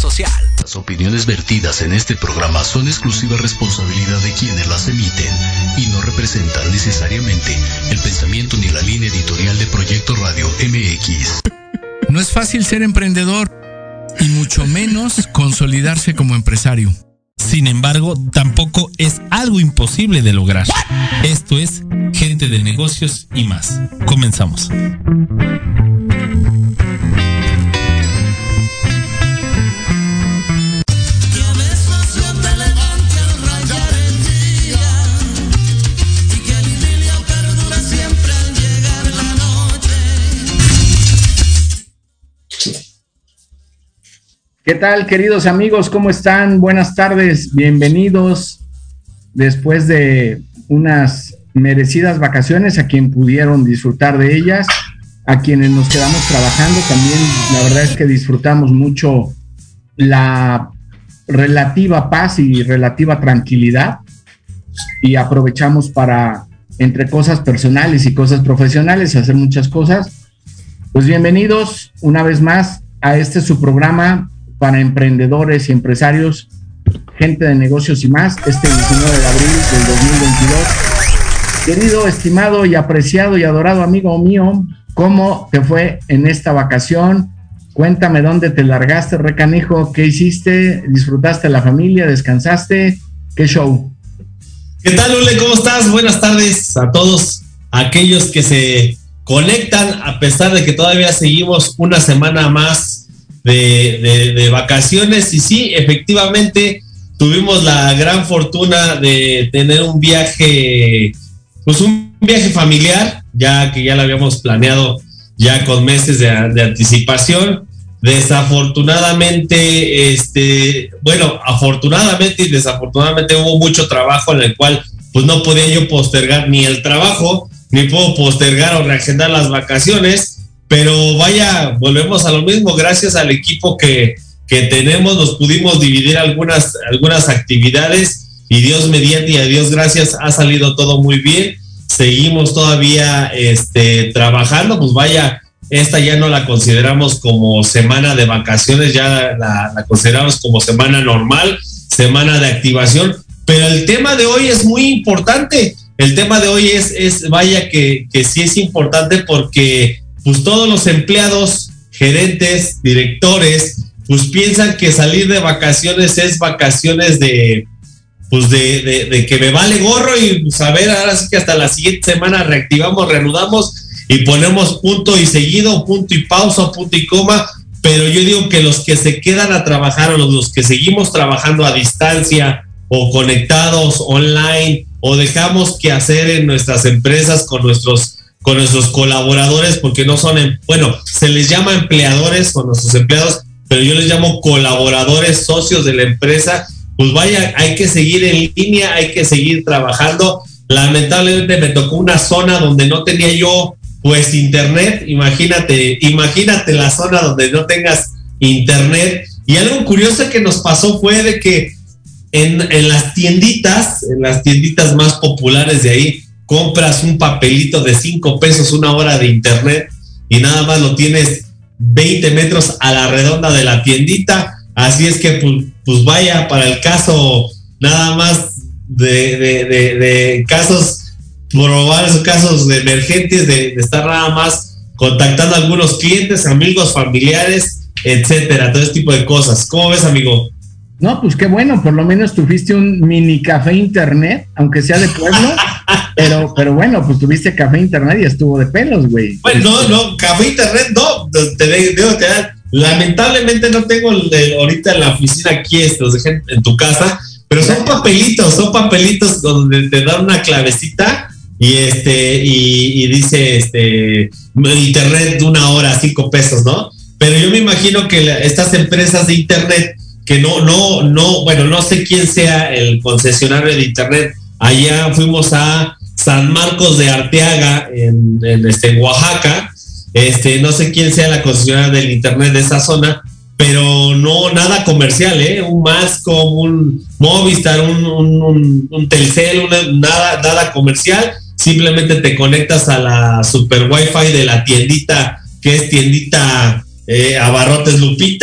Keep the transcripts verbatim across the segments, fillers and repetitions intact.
social. Las opiniones vertidas en este programa son exclusiva responsabilidad de quienes las emiten y no representan necesariamente el pensamiento ni la línea editorial de Proyecto Radio M X. No es fácil ser emprendedor y mucho menos consolidarse como empresario. Sin embargo, tampoco es algo imposible de lograr. Esto es Gente de Negocios y Más. Comenzamos. ¿Qué tal, queridos amigos? ¿Cómo están? Buenas tardes, bienvenidos después de unas merecidas vacaciones a quien pudieron disfrutar de ellas, a quienes nos quedamos trabajando también. La verdad es que disfrutamos mucho la relativa paz y relativa tranquilidad y aprovechamos para, entre cosas personales y cosas profesionales, hacer muchas cosas. Pues bienvenidos una vez más a este su programa para emprendedores y empresarios, Gente de Negocios y Más, este diecinueve de abril del dos mil veintidós. Querido, estimado y apreciado y adorado amigo mío, ¿cómo te fue en esta vacación? Cuéntame dónde te largaste, recanijo, qué hiciste, disfrutaste de la familia, descansaste, qué show. ¿Qué tal, Ule? ¿Cómo estás? Buenas tardes a todos aquellos que se conectan a pesar de que todavía seguimos una semana más De, de, de vacaciones. Y sí, efectivamente tuvimos la gran fortuna de tener un viaje, pues un viaje familiar, ya que ya lo habíamos planeado ya con meses de, de anticipación. Desafortunadamente, este, bueno, afortunadamente y desafortunadamente hubo mucho trabajo en el cual pues no podía yo postergar ni el trabajo, ni puedo postergar o reagendar las vacaciones. Pero vaya, volvemos a lo mismo, gracias al equipo que, que tenemos, nos pudimos dividir algunas, algunas actividades y Dios mediante y a Dios gracias ha salido todo muy bien. Seguimos todavía este, trabajando, pues vaya, esta ya no la consideramos como semana de vacaciones, ya la, la consideramos como semana normal, semana de activación, pero el tema de hoy es muy importante. El tema de hoy es, es vaya que, que sí es importante porque pues todos los empleados, gerentes, directores, pues piensan que salir de vacaciones es vacaciones de, pues de, de, de que me vale gorro y pues a ver, ahora sí que hasta la siguiente semana reactivamos, reanudamos y ponemos punto y seguido, punto y pausa, punto y coma, pero yo digo que los que se quedan a trabajar o los, los que seguimos trabajando a distancia o conectados online o dejamos que hacer en nuestras empresas con nuestros con nuestros colaboradores, porque no son, bueno, se les llama empleadores con nuestros empleados, pero yo les llamo colaboradores, socios de la empresa. Pues vaya, hay que seguir en línea, hay que seguir trabajando. Lamentablemente me tocó una zona donde no tenía yo, pues, internet. Imagínate, imagínate la zona donde no tengas internet. Y algo curioso que nos pasó fue de que en, en las tienditas, en las tienditas más populares de ahí, compras un papelito de cinco pesos una hora de internet y nada más lo tienes veinte metros a la redonda de la tiendita. Así es que pues, pues vaya, para el caso nada más de, de, de, de casos probables, casos de emergentes, de, de estar nada más contactando a algunos clientes, amigos, familiares, etcétera, todo ese tipo de cosas. ¿Cómo ves, amigo? No, pues qué bueno, por lo menos tuviste un mini café internet, aunque sea de pueblo, pero, pero bueno, pues tuviste café internet y estuvo de pelos, güey. Bueno, no, no, café internet no, te digo que lamentablemente no tengo el de, ahorita en la oficina aquí, este, los dejé en tu casa, pero son papelitos, son papelitos donde te dan una clavecita y este, y, y dice este internet de una hora, cinco pesos, ¿no? Pero yo me imagino que la, estas empresas de internet que no, no, no, bueno, no sé quién sea el concesionario de internet. Allá fuimos a San Marcos de Arteaga, en, en, este, en Oaxaca. Este, no sé quién sea la concesionaria del internet de esa zona, pero no nada comercial, ¿eh? Un Masco, un Movistar, un, un, un, un Telcel, una, nada, nada comercial. Simplemente te conectas a la super wifi de la tiendita, que es tiendita eh, Abarrotes Lupita,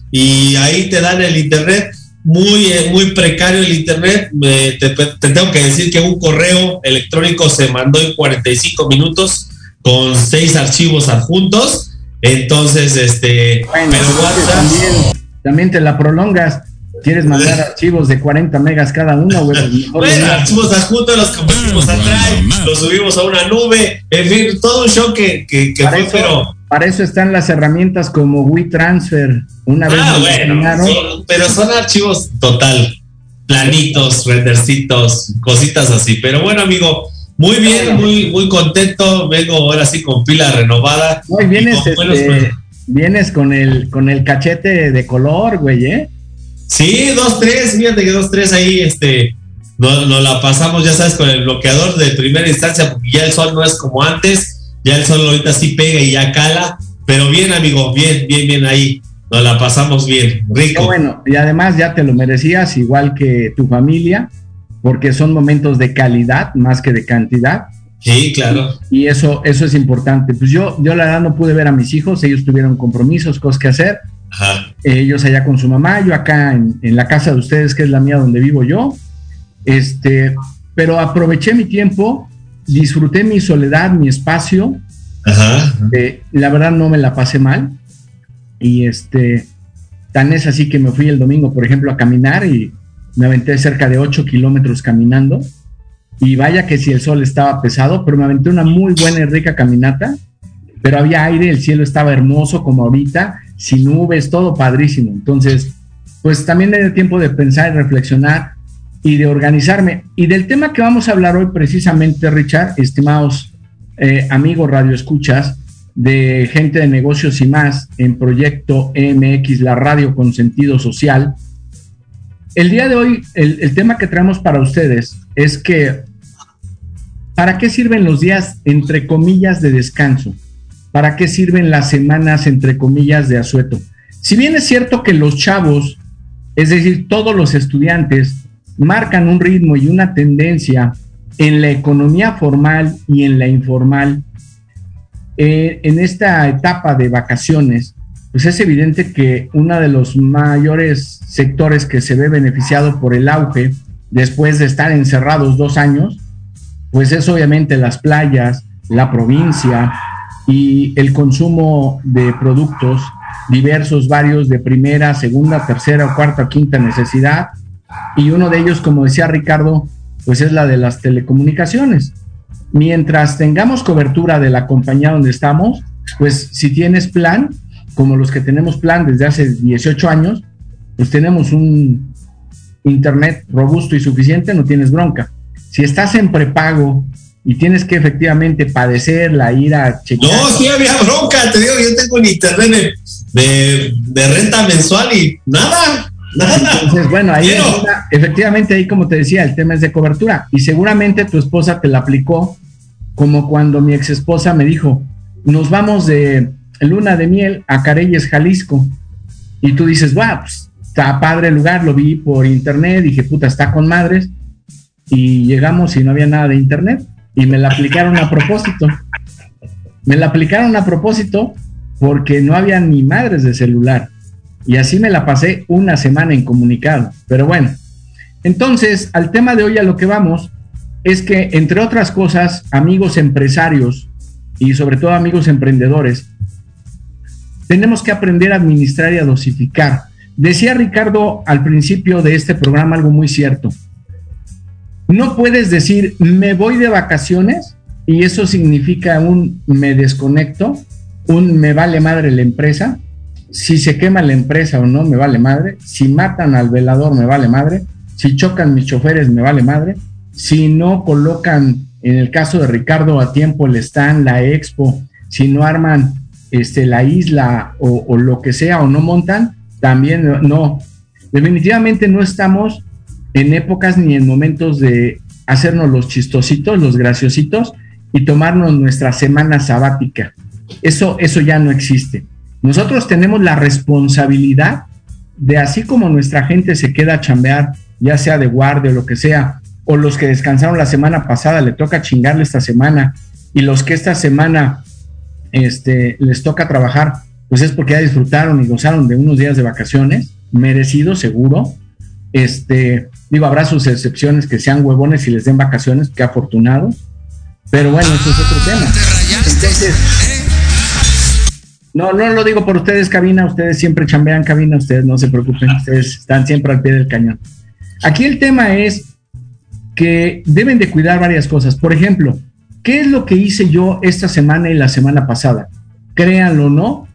y ahí te dan el internet, muy, muy precario el internet. Me, te, te tengo que decir que un correo electrónico se mandó en cuarenta y cinco minutos con seis archivos adjuntos. Entonces, este, bueno, pero WhatsApp también, también te la prolongas. ¿Quieres mandar archivos de cuarenta megas cada uno, güey? Bueno, archivos adjuntos, los convertimos a Drive, los subimos a una nube, en fin, todo un show que, que, que fue, eso, pero... Para eso están las herramientas como WeTransfer. Una vez ah, bueno, son, pero son archivos total, planitos, rendercitos, cositas así. Pero bueno, amigo, muy bien, muy, muy contento. Vengo ahora sí con pila renovada. Hoy vienes, este, buenos... vienes con el, con el cachete de color, güey, ¿eh? Sí, dos, tres, fíjate que dos, tres ahí, este, nos, nos la pasamos, ya sabes, con el bloqueador de primera instancia, porque ya el sol no es como antes, ya el sol ahorita sí pega y ya cala, pero bien, amigo, bien, bien, bien ahí, nos la pasamos bien, rico. Qué bueno, y además ya te lo merecías, igual que tu familia, porque son momentos de calidad más que de cantidad. Sí, claro. Y eso, eso es importante. Pues yo, yo la verdad no pude ver a mis hijos, ellos tuvieron compromisos, cosas que hacer. Ajá. Ellos allá con su mamá, yo acá en, en la casa de ustedes, que es la mía donde vivo yo. Este, pero aproveché mi tiempo, disfruté mi soledad, mi espacio. Ajá. Eh, la verdad no me la pasé mal. Y este, tan es así que me fui el domingo, por ejemplo, a caminar y me aventé cerca de ocho kilómetros caminando. Y vaya que si el sol estaba pesado, pero me aventé una muy buena y rica caminata. Pero había aire, el cielo estaba hermoso como ahorita, sin nubes, todo padrísimo. Entonces, pues también me dio tiempo de pensar y reflexionar y de organizarme. Y del tema que vamos a hablar hoy precisamente, Richard, estimados eh, amigos radioescuchas de Gente de Negocios y Más en Proyecto E M X, la radio con sentido social. El día de hoy, el, el tema que traemos para ustedes es que, ¿para qué sirven los días, entre comillas, de descanso? ¿Para qué sirven las semanas, entre comillas, de asueto? Si bien es cierto que los chavos, es decir, todos los estudiantes, marcan un ritmo y una tendencia en la economía formal y en la informal, eh, en esta etapa de vacaciones, pues es evidente que uno de los mayores sectores que se ve beneficiado por el auge, después de estar encerrados dos años, pues es obviamente las playas, la provincia, y el consumo de productos diversos, varios, de primera, segunda, tercera, o cuarta o quinta necesidad, y uno de ellos, como decía Ricardo, pues es la de las telecomunicaciones. Mientras tengamos cobertura de la compañía donde estamos, pues si tienes plan, como los que tenemos plan desde hace dieciocho años, pues tenemos un internet robusto y suficiente, no tienes bronca. Si estás en prepago y tienes que efectivamente padecerla, ir a chequear. No, sí había bronca, te digo, yo tengo un internet de, de, de renta mensual y nada, nada. Entonces, bueno, ahí una, efectivamente, ahí como te decía, el tema es de cobertura. Y seguramente tu esposa te la aplicó como cuando mi ex esposa me dijo, nos vamos de luna de miel a Careyes, Jalisco. Y tú dices, wow, pues, está padre el lugar, lo vi por internet, dije, puta, está con madres. Y llegamos y no había nada de internet. Y me la aplicaron a propósito. Me la aplicaron a propósito porque no había ni madres de celular. Y así me la pasé una semana incomunicado. Pero bueno, entonces, al tema de hoy a lo que vamos es que, entre otras cosas, amigos empresarios y sobre todo amigos emprendedores, tenemos que aprender a administrar y a dosificar. Decía Ricardo al principio de este programa algo muy cierto. No puedes decir, me voy de vacaciones, y eso significa un me desconecto, un me vale madre la empresa. Si se quema la empresa o no, me vale madre. Si matan al velador, me vale madre. Si chocan mis choferes, me vale madre. Si no colocan, en el caso de Ricardo, a tiempo el stand, la expo, si no arman este, la isla o, o lo que sea, o no montan, también no. Definitivamente no estamos en épocas ni en momentos de hacernos los chistositos, los graciositos y tomarnos nuestra semana sabática. Eso, eso ya no existe. Nosotros tenemos la responsabilidad de, así como nuestra gente se queda a chambear, ya sea de guardia o lo que sea, o los que descansaron la semana pasada le toca chingarle esta semana, y los que esta semana este, les toca trabajar, pues es porque ya disfrutaron y gozaron de unos días de vacaciones, merecidos, seguro. Este, digo, habrá sus excepciones que sean huevones y les den vacaciones, qué afortunados. Pero bueno, eso es otro tema. Entonces, no, no lo digo por ustedes, cabina, ustedes siempre chambean, cabina, ustedes no se preocupen, ustedes están siempre al pie del cañón. Aquí el tema es que deben de cuidar varias cosas. Por ejemplo, ¿qué es lo que hice yo esta semana y la semana pasada? Créanlo o no,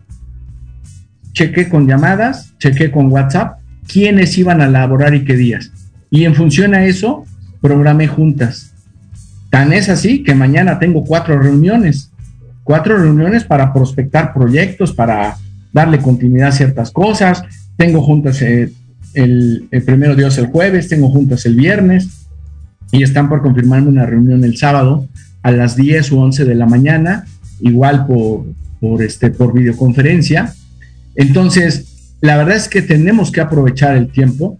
chequé con llamadas, chequé con WhatsApp, quiénes iban a laborar y qué días. Y en función a eso, programé juntas. Tan es así que mañana tengo cuatro reuniones, cuatro reuniones para prospectar proyectos, para darle continuidad a ciertas cosas. Tengo juntas eh, el, el primero Dios el jueves, tengo juntas el viernes y están por confirmarme una reunión el sábado a las diez u once de la mañana, igual por, por, este, por videoconferencia. Entonces, la verdad es que tenemos que aprovechar el tiempo.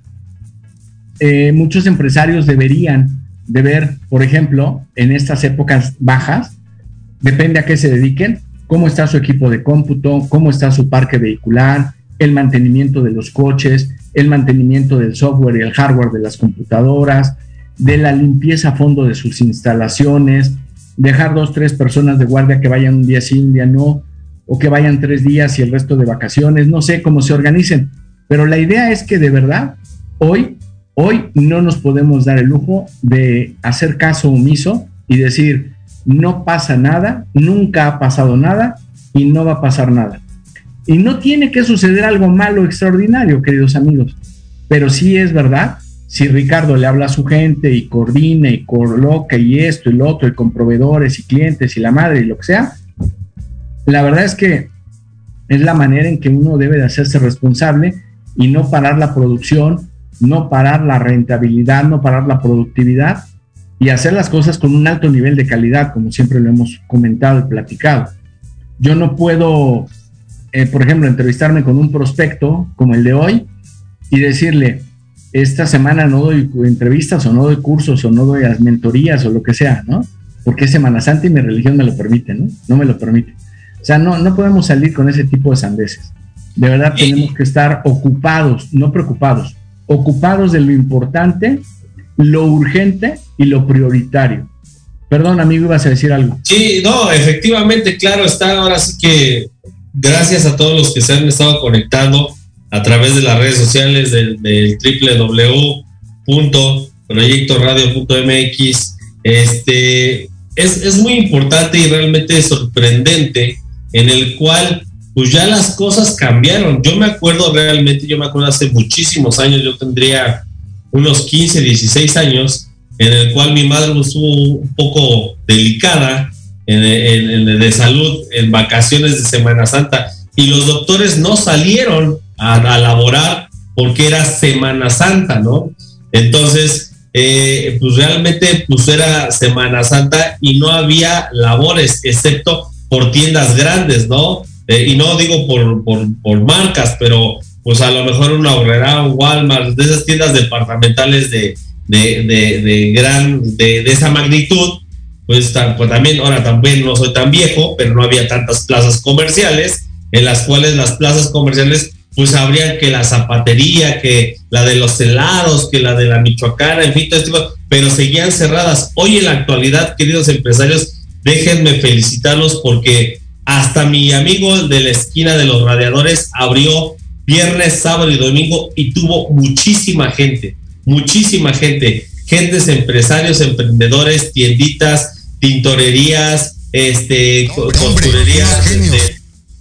Eh, muchos empresarios deberían de ver, por ejemplo, en estas épocas bajas, depende a qué se dediquen, cómo está su equipo de cómputo, cómo está su parque vehicular, el mantenimiento de los coches, el mantenimiento del software y el hardware de las computadoras, de la limpieza a fondo de sus instalaciones, dejar dos, tres personas de guardia que vayan un día sí, un día no, o que vayan tres días y el resto de vacaciones, no sé cómo se organicen, pero la idea es que de verdad, hoy, hoy no nos podemos dar el lujo de hacer caso omiso y decir, no pasa nada, nunca ha pasado nada y no va a pasar nada. Y no tiene que suceder algo malo, extraordinario, queridos amigos, pero sí es verdad, si Ricardo le habla a su gente y coordina y coloca y esto y lo otro, y con proveedores y clientes y la madre y lo que sea, la verdad es que es la manera en que uno debe de hacerse responsable y no parar la producción, no parar la rentabilidad, no parar la productividad y hacer las cosas con un alto nivel de calidad, como siempre lo hemos comentado y platicado. Yo no puedo, eh, por ejemplo, entrevistarme con un prospecto como el de hoy y decirle, esta semana no doy entrevistas o no doy cursos o no doy mentorías o lo que sea, ¿no? Porque es Semana Santa y mi religión me lo permite, ¿no? No me lo permite. O sea, no, no podemos salir con ese tipo de sandeces. De verdad tenemos que estar ocupados, no preocupados, ocupados de lo importante, lo urgente y lo prioritario. Perdón, amigo, ibas a decir algo. Sí, no, efectivamente, claro, está ahora sí que gracias a todos los que se han estado conectando a través de las redes sociales del, del doble u doble u doble u punto proyecto radio punto m x. Este, es, es muy importante y realmente sorprendente en el cual pues ya las cosas cambiaron. Yo me acuerdo realmente, yo me acuerdo hace muchísimos años, yo tendría unos quince, dieciséis años, en el cual mi madre estuvo un poco delicada en, en, en, de salud en vacaciones de Semana Santa y los doctores no salieron a, a laborar porque era Semana Santa, ¿no? Entonces, eh, pues realmente pues era Semana Santa y no había labores, excepto por tiendas grandes, ¿no? Eh, y no digo por, por, por marcas, pero pues a lo mejor una Aurrera, un Walmart, de esas tiendas departamentales de, de, de, de gran, de, de esa magnitud, pues, pues también, ahora también no soy tan viejo, pero no había tantas plazas comerciales, en las cuales las plazas comerciales, pues habría que la zapatería, que la de los helados, que la de la Michoacana, en fin, todo este tipo, pero seguían cerradas. Hoy en la actualidad, queridos empresarios, déjenme felicitarlos porque hasta mi amigo de la esquina de los radiadores abrió viernes, sábado y domingo y tuvo muchísima gente, muchísima gente, gentes, empresarios, emprendedores, tienditas, tintorerías, este, hombre, costurerías, hombre, este,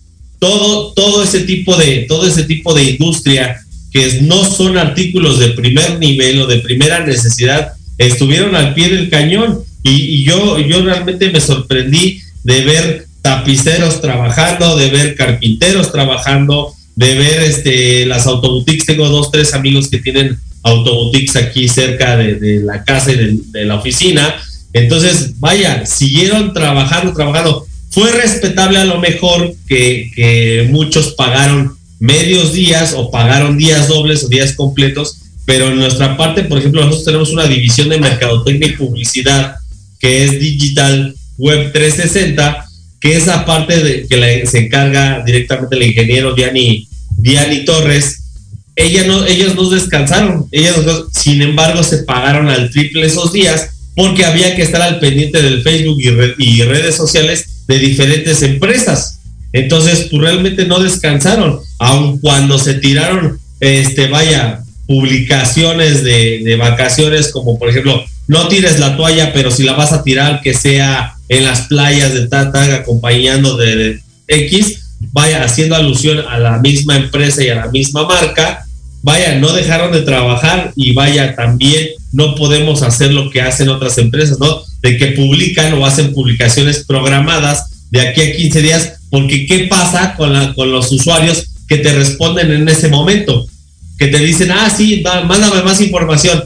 todo, todo ese tipo de, todo ese tipo de industria que no son artículos de primer nivel o de primera necesidad, estuvieron al pie del cañón y, y yo, yo realmente me sorprendí de ver tapiceros trabajando, de ver carpinteros trabajando, de ver este las autoboutiques. Tengo dos, tres amigos que tienen autoboutiques aquí cerca de, de la casa y de, de la oficina. Entonces, vaya, siguieron trabajando, trabajando. Fue respetable a lo mejor que, que muchos pagaron medios días o pagaron días dobles o días completos, pero en nuestra parte, por ejemplo, nosotros tenemos una división de mercadotecnia y publicidad que es Digital Web trescientos sesenta, que esa parte de, que la, se encarga directamente el ingeniero Diani, Diani Torres, ella no, ellos no descansaron, ellos no, sin embargo se pagaron al triple esos días porque había que estar al pendiente del Facebook y, red, y redes sociales de diferentes empresas. Entonces, pues realmente no descansaron, aun cuando se tiraron, este, vaya, publicaciones de, de vacaciones, como por ejemplo, no tires la toalla, pero si la vas a tirar, que sea en las playas de Tata, acompañando de, de X, vaya, haciendo alusión a la misma empresa y a la misma marca, vaya, no dejaron de trabajar y vaya, también no podemos hacer lo que hacen otras empresas, ¿no? De que publican o hacen publicaciones programadas de aquí a quince días, porque ¿qué pasa con, la, con los usuarios que te responden en ese momento? Que te dicen, ah, sí, va, mándame más información.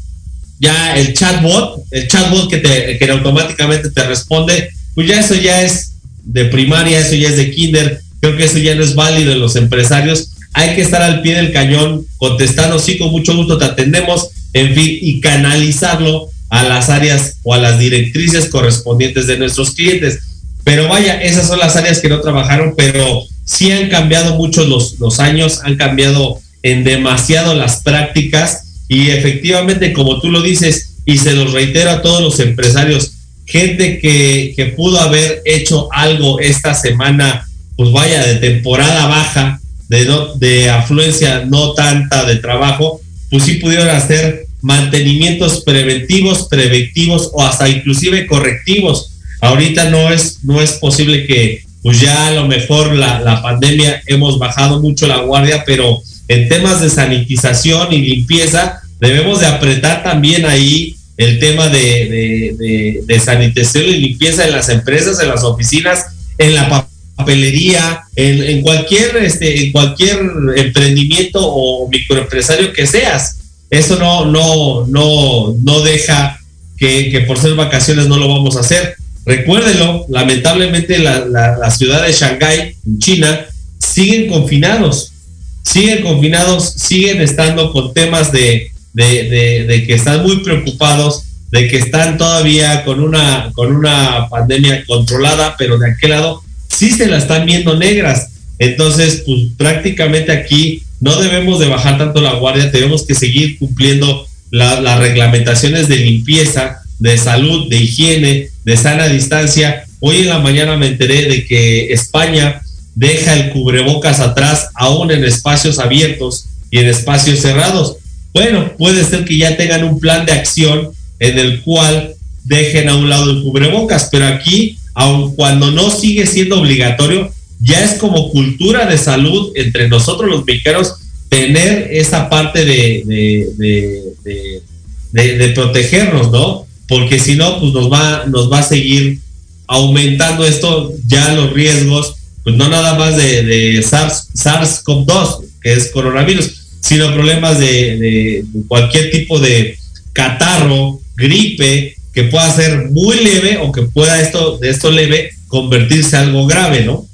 Ya el chatbot, el chatbot que, te, que automáticamente te responde, pues ya eso ya es de primaria, eso ya es de kinder, creo que eso ya no es válido en los empresarios. Hay que estar al pie del cañón, contestando, sí, con mucho gusto te atendemos, en fin, y canalizarlo a las áreas o a las directrices correspondientes de nuestros clientes. Pero vaya, esas son las áreas que no trabajaron, pero sí han cambiado mucho los, los años, han cambiado en demasiado las prácticas y efectivamente, como tú lo dices, y se los reitero a todos los empresarios, gente que, que pudo haber hecho algo esta semana, pues vaya, de temporada baja, de, no, de afluencia no tanta de trabajo, pues sí pudieron hacer mantenimientos preventivos, preventivos o hasta inclusive correctivos. Ahorita no es, no es posible que, pues ya a lo mejor la, la pandemia hemos bajado mucho la guardia, pero en temas de sanitización y limpieza debemos de apretar también ahí el tema de, de, de, de sanitización y limpieza en las empresas, en las oficinas, en la papelería, en, en cualquier este, en cualquier emprendimiento o microempresario que seas. Eso no, no, no, no deja que, que por ser vacaciones no lo vamos a hacer. Recuérdenlo, lamentablemente la, la, la ciudad de Shanghái, en China, siguen confinados, siguen confinados, siguen estando con temas de, de, de, de que están muy preocupados, de que están todavía con una, con una pandemia controlada, pero de aquel lado sí se la están viendo negras. Entonces, pues prácticamente aquí no debemos de bajar tanto la guardia, tenemos que seguir cumpliendo la, las reglamentaciones de limpieza, de salud, de higiene, de sana distancia. Hoy en la mañana me enteré de que España deja el cubrebocas atrás, aún en espacios abiertos y en espacios cerrados. Bueno, puede ser que ya tengan un plan de acción en el cual dejen a un lado el cubrebocas, pero aquí, aun cuando no sigue siendo obligatorio, ya es como cultura de salud entre nosotros los mexicanos tener esa parte de, de, de, de, de, de protegernos, ¿no? Porque si no, pues nos va, nos va a seguir aumentando esto, ya los riesgos, pues no nada más de, de SARS, SARS-CoV dos, que es coronavirus, sino problemas de, de cualquier tipo de catarro, gripe, que pueda ser muy leve o que pueda esto, de esto leve convertirse en algo grave, ¿no?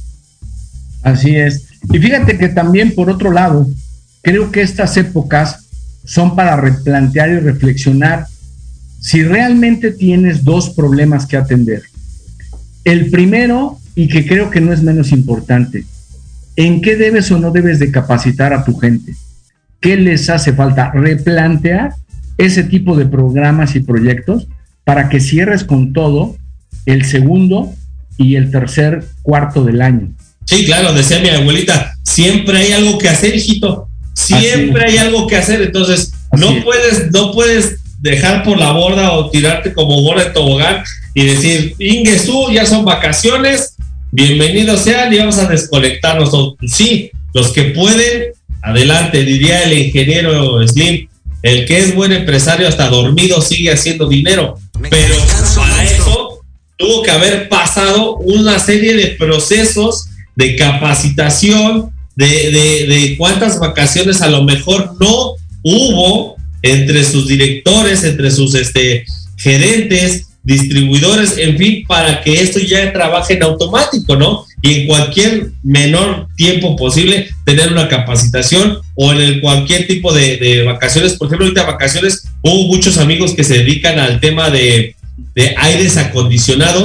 Así es. Y fíjate que también, por otro lado, creo que estas épocas son para replantear y reflexionar si realmente tienes dos problemas que atender. El primero, y que creo que no es menos importante, ¿en qué debes o no debes de capacitar a tu gente? ¿Qué les hace falta? Replantear ese tipo de programas y proyectos para que cierres con todo el segundo y el tercer cuarto del año. Sí, claro, decía mi abuelita, siempre hay algo que hacer, hijito, siempre hay algo que hacer, entonces no puedes, no puedes dejar por la borda o tirarte como bola de tobogán y decir, Ingesú, ya son vacaciones, bienvenidos sean y vamos a desconectarnos. Sí, los que pueden, adelante, diría el ingeniero Slim, el que es buen empresario hasta dormido sigue haciendo dinero, pero para eso tuvo que haber pasado una serie de procesos de capacitación, de, de, de cuántas vacaciones a lo mejor no hubo entre sus directores, entre sus este, gerentes, distribuidores, en fin, para que esto ya trabaje en automático, ¿no? Y en cualquier menor tiempo posible tener una capacitación o en el cualquier tipo de, de vacaciones. Por ejemplo, ahorita vacaciones, hubo muchos amigos que se dedican al tema de, de aires acondicionados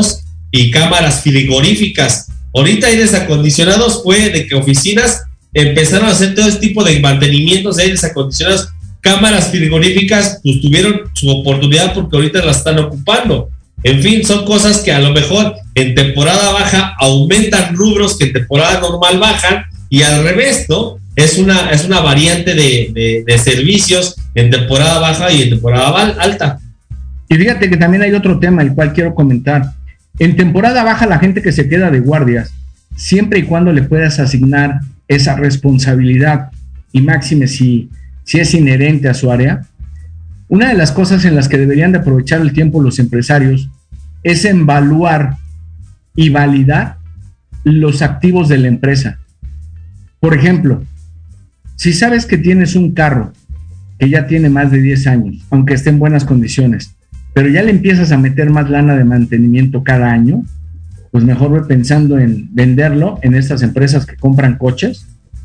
y cámaras frigoríficas. Ahorita aires acondicionados fue de que oficinas empezaron a hacer todo este tipo de mantenimientos de aires acondicionados. Cámaras frigoríficas pues tuvieron su oportunidad porque ahorita las están ocupando. En fin, son cosas que a lo mejor en temporada baja aumentan rubros que en temporada normal bajan, y al revés, ¿no? Es una, es una variante de, de, de servicios en temporada baja y en temporada alta. Y fíjate que también hay otro tema el cual quiero comentar. En temporada baja, la gente que se queda de guardias, siempre y cuando le puedas asignar esa responsabilidad, y máxime si, si es inherente a su área, una de las cosas en las que deberían de aprovechar el tiempo los empresarios es evaluar y validar los activos de la empresa. Por ejemplo, si sabes que tienes un carro que ya tiene más de diez años, aunque esté en buenas condiciones, pero ya le empiezas a meter más lana de mantenimiento cada año, pues mejor ve pensando en venderlo en estas empresas que compran coches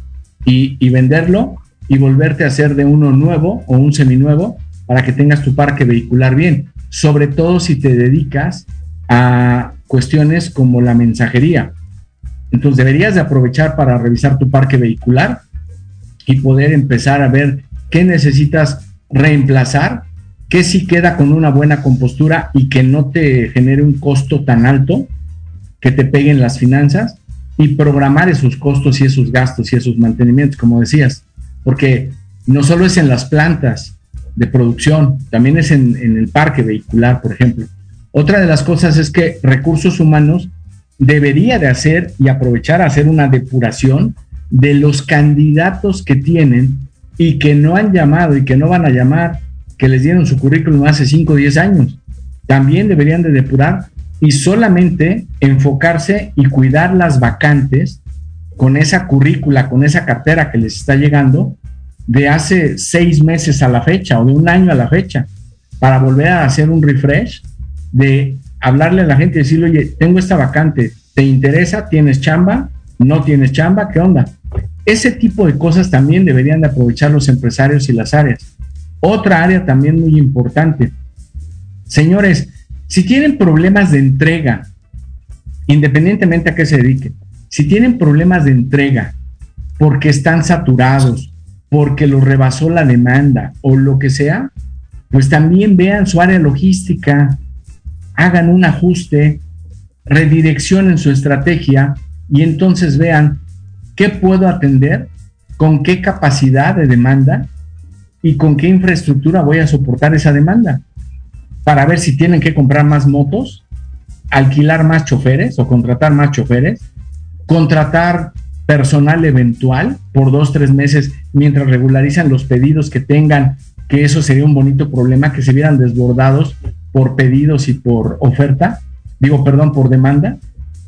y, y venderlo y volverte a hacer de uno nuevo o un seminuevo para que tengas tu parque vehicular bien, sobre todo si te dedicas a cuestiones como la mensajería. Entonces deberías de aprovechar para revisar tu parque vehicular y poder empezar a ver qué necesitas reemplazar, qué sí queda con una buena compostura y que no te genere un costo tan alto que te peguen las finanzas, y programar esos costos y esos gastos y esos mantenimientos, como decías, porque no solo es en las plantas de producción, también es en, en el parque vehicular, por ejemplo. Otra de las cosas es que recursos humanos debería de hacer y aprovechar a hacer una depuración de los candidatos que tienen y que no han llamado y que no van a llamar, que les dieron su currículum hace cinco o diez años. También deberían de depurar y solamente enfocarse y cuidar las vacantes con esa currícula, con esa cartera que les está llegando de hace seis meses a la fecha o de un año a la fecha, para volver a hacer un refresh, de hablarle a la gente y decirle, oye, tengo esta vacante, ¿te interesa? ¿Tienes chamba? ¿No tienes chamba? ¿Qué onda? Ese tipo de cosas también deberían de aprovechar los empresarios y las áreas. Otra área también muy importante. Señores, si tienen problemas de entrega, independientemente a qué se dediquen, si tienen problemas de entrega porque están saturados, porque los rebasó la demanda o lo que sea, pues también vean su área logística, hagan un ajuste, redireccionen su estrategia y entonces vean qué puedo atender, con qué capacidad de demanda y con qué infraestructura voy a soportar esa demanda, para ver si tienen que comprar más motos, alquilar más choferes o contratar más choferes, contratar personal eventual por dos, tres meses mientras regularizan los pedidos que tengan, que eso sería un bonito problema, que se vieran desbordados por pedidos y por oferta, digo, perdón, por demanda.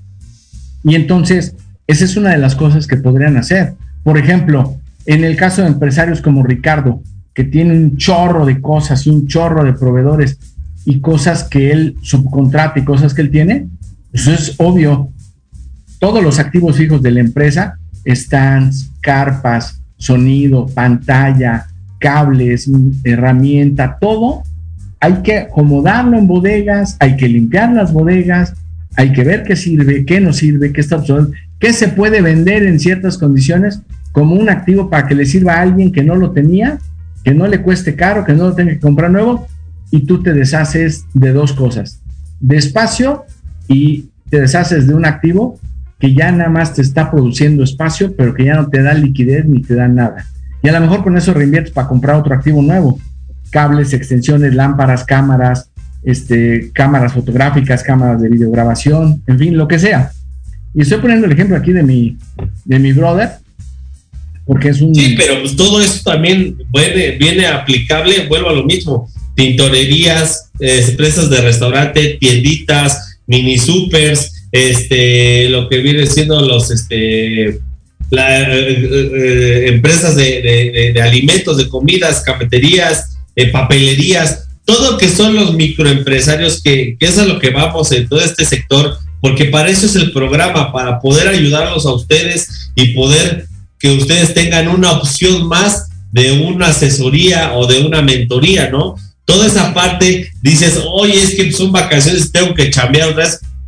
Y entonces, esa es una de las cosas que podrían hacer. Por ejemplo, en el caso de empresarios como Ricardo, que tiene un chorro de cosas y un chorro de proveedores y cosas que él subcontrata y cosas que él tiene, eso es obvio. Todos los activos fijos de la empresa, stands, carpas, sonido, pantalla, cables, herramienta, todo, hay que acomodarlo en bodegas, hay que limpiar las bodegas, hay que ver qué sirve, qué no sirve, qué está obsoleto, qué se puede vender en ciertas condiciones como un activo para que le sirva a alguien que no lo tenía, que no le cueste caro, que no lo tenga que comprar nuevo, y tú te deshaces de dos cosas, de espacio, y te deshaces de un activo que ya nada más te está produciendo espacio, pero que ya no te da liquidez ni te da nada. Y a lo mejor con eso reinviertes para comprar otro activo nuevo, cables, extensiones, lámparas, cámaras, este, cámaras fotográficas, cámaras de videograbación, en fin, lo que sea. Y estoy poniendo el ejemplo aquí de mi, de mi brother, porque es un... Sí, pero pues todo eso también viene, viene aplicable, vuelvo a lo mismo, tintorerías, eh, empresas de restaurante, tienditas, mini supers, este, lo que viene siendo los, este, la, eh, eh, empresas de, de, de, de alimentos, de comidas, cafeterías, eh, papelerías, todo que son los microempresarios, que, que es a lo que vamos en todo este sector, porque para eso es el programa, para poder ayudarlos a ustedes y poder que ustedes tengan una opción más de una asesoría o de una mentoría, ¿no? Toda esa parte, dices, oye, es que son vacaciones, tengo que chambear otra vez.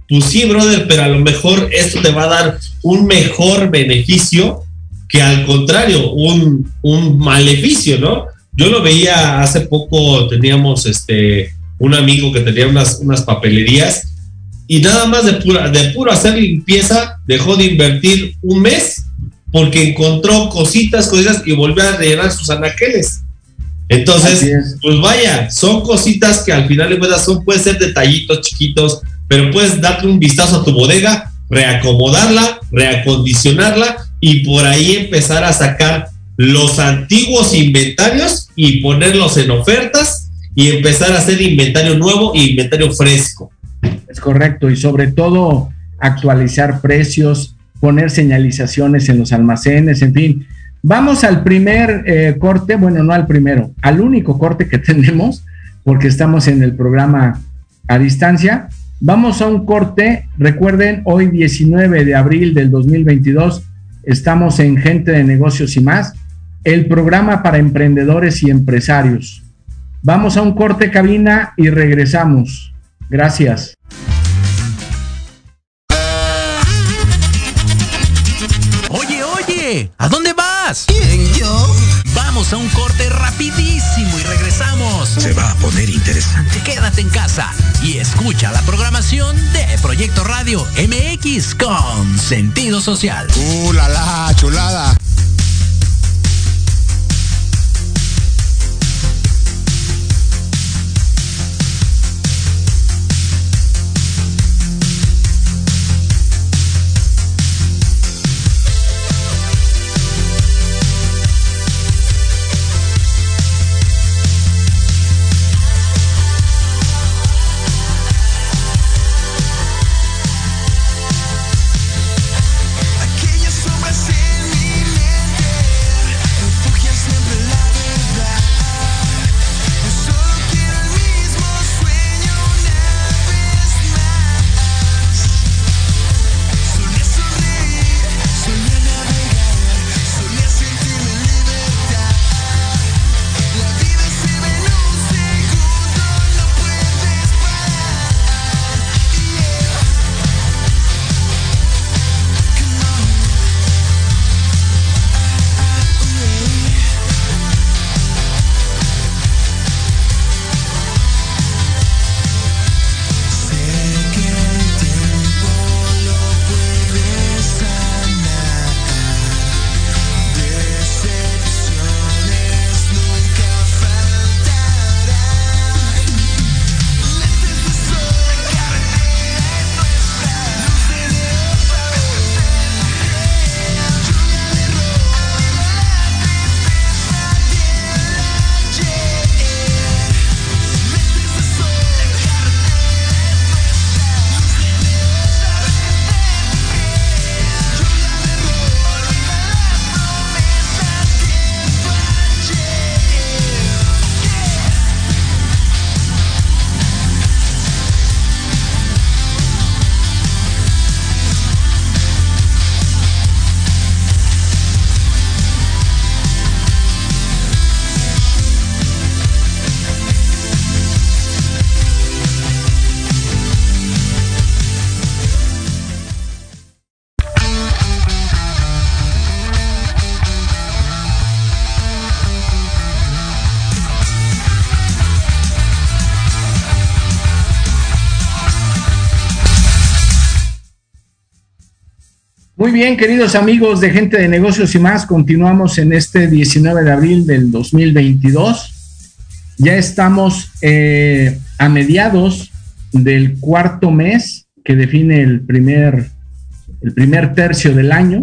pues sí, brother, pero a lo mejor esto te va a dar un mejor beneficio que al contrario, un, un maleficio, ¿no? Yo lo veía hace poco, teníamos este un amigo que tenía unas, unas papelerías y nada más de, pura, de puro hacer limpieza dejó de invertir un mes porque encontró cositas, cositas y volvió a rellenar sus anaqueles. Entonces, pues vaya, son cositas que al final de cuentas son, pueden ser detallitos chiquitos, pero puedes darle un vistazo a tu bodega, reacomodarla, reacondicionarla y por ahí empezar a sacar los antiguos inventarios y ponerlos en ofertas y empezar a hacer inventario nuevo e inventario fresco. Es correcto, y sobre todo actualizar precios, poner señalizaciones en los almacenes, en fin. Vamos al primer eh, corte, bueno, no al primero, al único corte que tenemos, porque estamos en el programa a distancia. Vamos a un corte, recuerden, hoy diecinueve de abril del dos mil veintidós, estamos en Gente de Negocios y Más, el programa para emprendedores y empresarios. Vamos a un corte, cabina, y regresamos. Gracias. Oye, oye, ¿a dónde vas? ¿Quién, yo? Vamos a un corte rapidísimo y regresamos. Se va a poner interesante. Quédate en casa y escucha la programación de Proyecto Radio M X con sentido social. ¡Uh, la, la, chulada! Muy bien, queridos amigos de Gente de Negocios y Más, continuamos en este diecinueve de abril del dos mil veintidós. Ya estamos eh, a mediados del cuarto mes que define el primer, el primer tercio del año.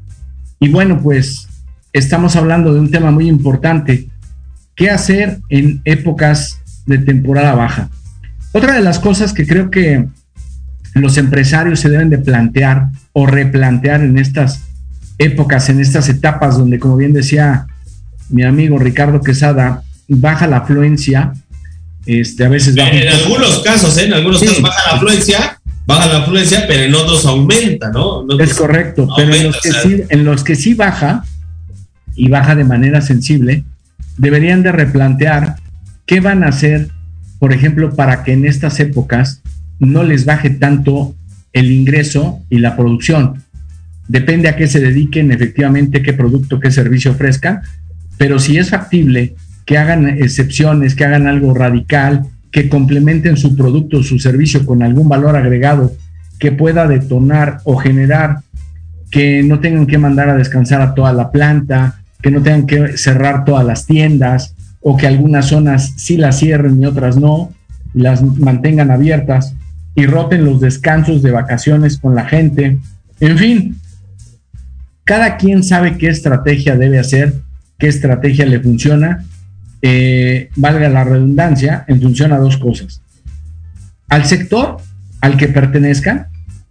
Y bueno, pues estamos hablando de un tema muy importante. ¿Qué hacer en épocas de temporada baja? Otra de las cosas que creo que los empresarios se deben de plantear o replantear en estas épocas, en estas etapas donde, como bien decía mi amigo Ricardo Quesada, baja la afluencia, este, a veces baja. En algunos casos, ¿eh? en algunos sí. casos baja la afluencia, baja la afluencia, pero en otros aumenta, ¿no? En otros es correcto, aumenta, pero en los, que o sea, sí, en los que sí baja, y baja de manera sensible, deberían de replantear qué van a hacer, por ejemplo, para que en estas épocas no les baje tanto el ingreso y la producción. Depende a qué se dediquen, efectivamente, qué producto, qué servicio ofrezcan, pero si es factible que hagan excepciones, que hagan algo radical, que complementen su producto o su servicio con algún valor agregado que pueda detonar o generar que no tengan que mandar a descansar a toda la planta, que no tengan que cerrar todas las tiendas, o que algunas zonas sí las cierren y otras no, las mantengan abiertas y roten los descansos de vacaciones con la gente. En fin, cada quien sabe qué estrategia debe hacer, qué estrategia le funciona, eh, valga la redundancia, en función a dos cosas: al sector al que pertenezcan,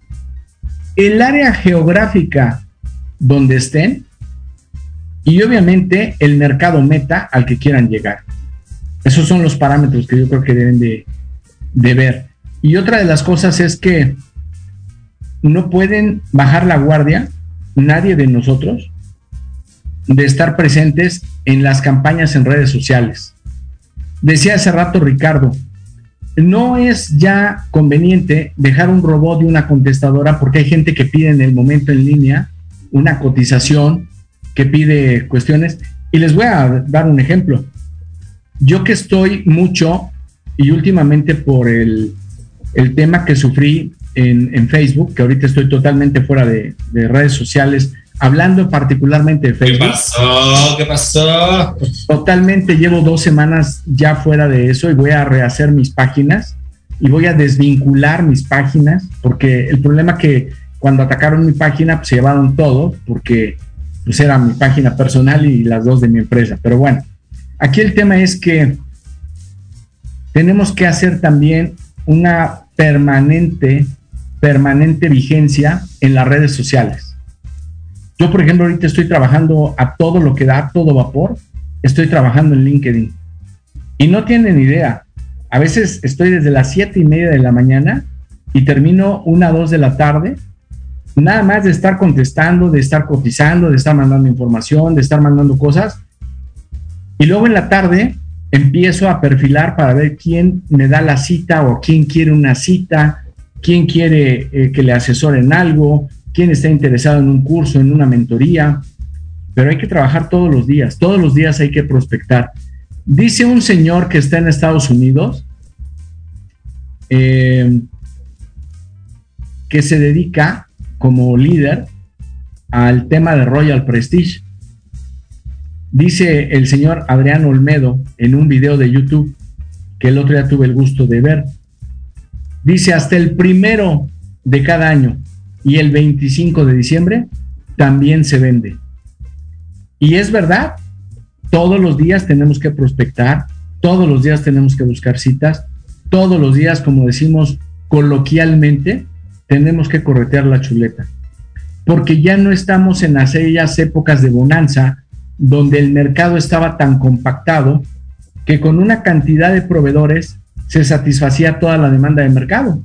el área geográfica donde estén y obviamente el mercado meta al que quieran llegar. Esos son los parámetros que yo creo que deben de, de ver. Y otra de las cosas es que no pueden bajar la guardia, nadie de nosotros, de estar presentes en las campañas en redes sociales. Decía hace rato Ricardo, no es ya conveniente dejar un robot y una contestadora, porque hay gente que pide en el momento en línea una cotización, que pide cuestiones, y les voy a dar un ejemplo. Yo que estoy mucho, y últimamente por el, el tema que sufrí en, en Facebook, que ahorita estoy totalmente fuera de, de redes sociales, hablando particularmente de Facebook. ¿Qué pasó? ¿Qué pasó? Totalmente, llevo dos semanas ya fuera de eso y voy a rehacer mis páginas y voy a desvincular mis páginas, porque el problema que cuando atacaron mi página, pues se llevaron todo, porque pues era mi página personal y las dos de mi empresa. Pero bueno, aquí el tema es que tenemos que hacer también una permanente, permanente vigencia en las redes sociales. Yo, por ejemplo, ahorita estoy trabajando a todo lo que da, a todo vapor, estoy trabajando en LinkedIn. Y no tienen idea, a veces estoy desde las siete y media de la mañana y termino una, dos de la tarde, nada más de estar contestando, de estar cotizando, de estar mandando información, de estar mandando cosas. Y luego en la tarde empiezo a perfilar para ver quién me da la cita o quién quiere una cita, quién quiere eh, que le asesoren algo, quién está interesado en un curso, en una mentoría. Pero hay que trabajar todos los días, todos los días hay que prospectar. Dice un señor que está en Estados Unidos, eh, que se dedica como líder al tema de Royal Prestige. Dice el señor Adrián Olmedo en un video de YouTube que el otro día tuve el gusto de ver. Dice, hasta el primero de cada año y el veinticinco de diciembre también se vende. Y es verdad, todos los días tenemos que prospectar, todos los días tenemos que buscar citas, todos los días, como decimos coloquialmente, tenemos que corretear la chuleta, porque ya no estamos en aquellas épocas de bonanza donde el mercado estaba tan compactado que con una cantidad de proveedores se satisfacía toda la demanda de mercado.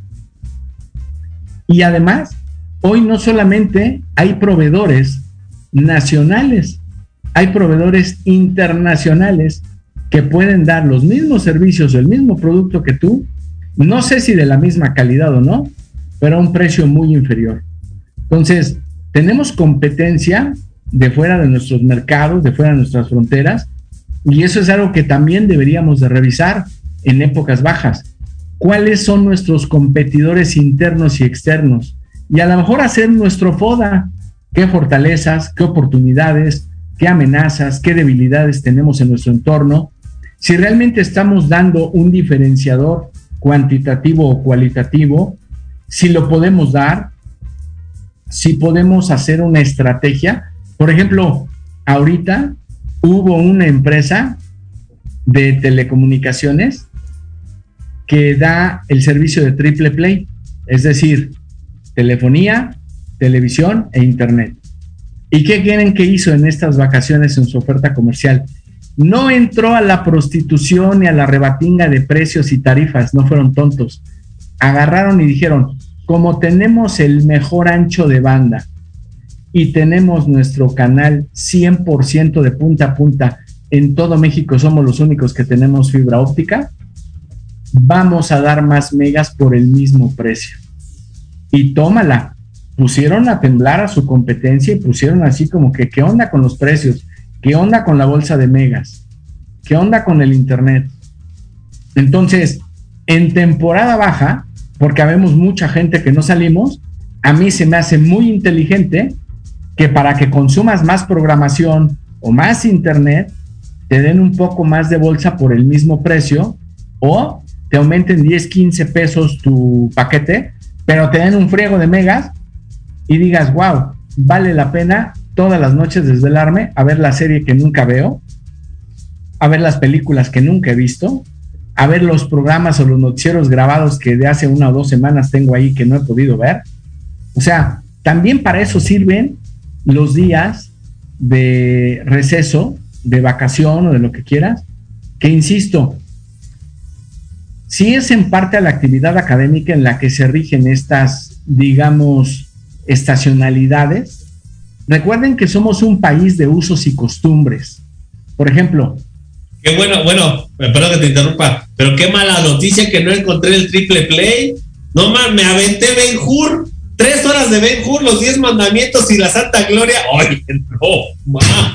Y además, hoy no solamente hay proveedores nacionales, hay proveedores internacionales que pueden dar los mismos servicios o el mismo producto que tú, no sé si de la misma calidad o no, pero a un precio muy inferior. Entonces, tenemos competencia de fuera de nuestros mercados, de fuera de nuestras fronteras, y eso es algo que también deberíamos de revisar en épocas bajas. ¿Cuáles son nuestros competidores internos y externos? Y a lo mejor hacer nuestro FODA. ¿Qué fortalezas, qué oportunidades, qué amenazas, qué debilidades tenemos en nuestro entorno? Si realmente estamos dando un diferenciador cuantitativo o cualitativo, si lo podemos dar, si podemos hacer una estrategia. Por ejemplo, ahorita hubo una empresa de telecomunicaciones que da el servicio de triple play, es decir, telefonía, televisión e internet. ¿Y qué quieren que hizo en estas vacaciones en su oferta comercial? No entró a la prostitución ni a la rebatinga de precios y tarifas, no fueron tontos. Agarraron y dijeron, como tenemos el mejor ancho de banda y tenemos nuestro canal cien por ciento de punta a punta en todo México, somos los únicos que tenemos fibra óptica, vamos a dar más megas por el mismo precio. y tómala. Pusieron a temblar a su competencia y pusieron así como que, ¿qué onda con los precios? ¿Qué onda con la bolsa de megas? ¿Qué onda con el internet? Entonces, en temporada baja, porque habemos mucha gente que no salimos, a mí se me hace muy inteligente que para que consumas más programación o más internet, te den un poco más de bolsa por el mismo precio, o te aumenten diez, quince pesos tu paquete, pero te den un friego de megas y digas, wow, vale la pena todas las noches desvelarme a ver la serie que nunca veo, a ver las películas que nunca he visto, a ver los programas o los noticieros grabados que de hace una o dos semanas tengo ahí que no he podido ver. O sea, también para eso sirven los días de receso, de vacación o de lo que quieras, que insisto, sí es en parte a la actividad académica en la que se rigen estas, digamos, estacionalidades. Recuerden que somos un país de usos y costumbres. Por ejemplo, qué bueno, bueno, perdón que te interrumpa, pero qué mala noticia que no encontré el triple play. No más, me aventé Ben-Hur, tres horas de Ben-Hur, los diez mandamientos y la Santa Gloria. Oye, no, ma.